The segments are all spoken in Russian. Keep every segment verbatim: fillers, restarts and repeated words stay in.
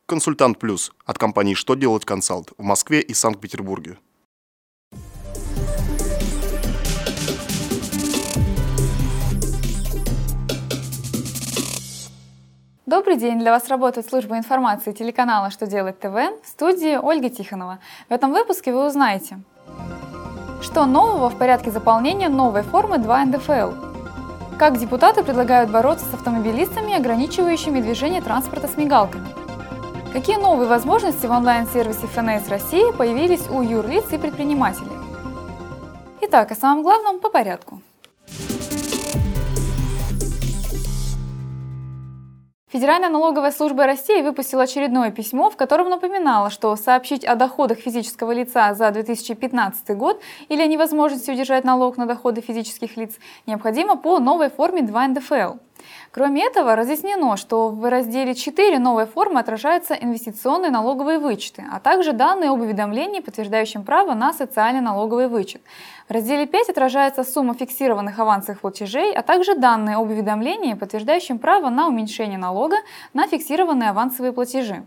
Консультант Плюс от компании «Что делать консалт» в Москве и Санкт-Петербурге. Добрый день! Для вас работает служба информации телеканала «Что делать ТВ», в студии Ольга Тихонова. В этом выпуске вы узнаете, что нового в порядке заполнения новой формы два эн дэ эф эл, как депутаты предлагают бороться с автомобилистами, ограничивающими движение транспорта с мигалками, какие новые возможности в онлайн-сервисе эф эн эс России появились у юрлиц и предпринимателей. Итак, о самом главном по порядку. Федеральная налоговая служба России выпустила очередное письмо, в котором напоминала, что сообщить о доходах физического лица за две тысячи пятнадцатый год или о невозможности удержать налог на доходы физических лиц необходимо по новой форме два эн дэ эф эл. Кроме этого, разъяснено, что в разделе четыре новой формы отражаются инвестиционные налоговые вычеты, а также данные об уведомлении, подтверждающем право на социальный налоговый вычет. В разделе пять отражается сумма фиксированных авансовых платежей, а также данные об уведомлении, подтверждающем право на уменьшение налога на фиксированные авансовые платежи.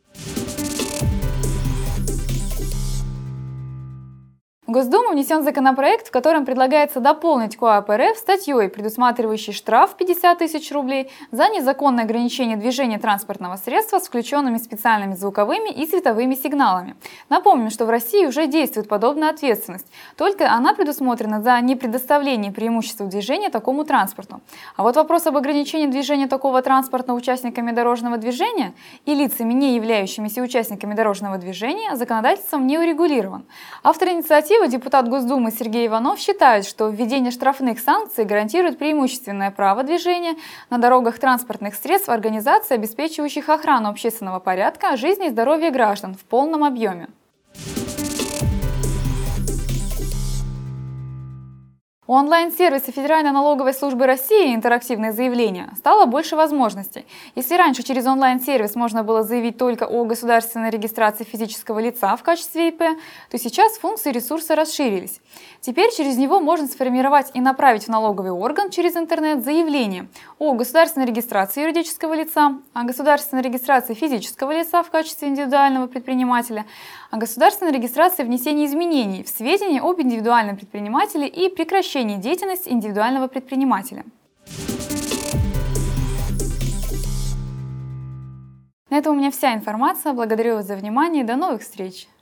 В Госдуму внесен законопроект, в котором предлагается дополнить КоАП эр эф статьей, предусматривающей штраф пятьдесят тысяч рублей за незаконное ограничение движения транспортного средства с включенными специальными звуковыми и световыми сигналами. Напомню, что в России уже действует подобная ответственность, только она предусмотрена за непредоставление преимущества движения такому транспорту. А вот вопрос об ограничении движения такого транспорта участниками дорожного движения и лицами, не являющимися участниками дорожного движения, законодательством не урегулирован. Автор инициативы, депутат Госдумы Сергей Иванов, считает, что введение штрафных санкций гарантирует преимущественное право движения на дорогах транспортных средств организаций, обеспечивающих охрану общественного порядка, жизни и здоровья граждан в полном объеме. У онлайн-сервиса Федеральной налоговой службы России «Интерактивные заявления» стало больше возможностей. Если раньше через онлайн-сервис можно было заявить только о государственной регистрации физического лица в качестве и пэ, то сейчас функции ресурса расширились. Теперь через него можно сформировать и направить в налоговый орган через интернет заявление о государственной регистрации юридического лица, о государственной регистрации физического лица в качестве индивидуального предпринимателя, о государственной регистрации внесения изменений в сведения об индивидуальном предпринимателе и прекращении деятельности индивидуального предпринимателя. На этом у меня вся информация. Благодарю вас за внимание и до новых встреч!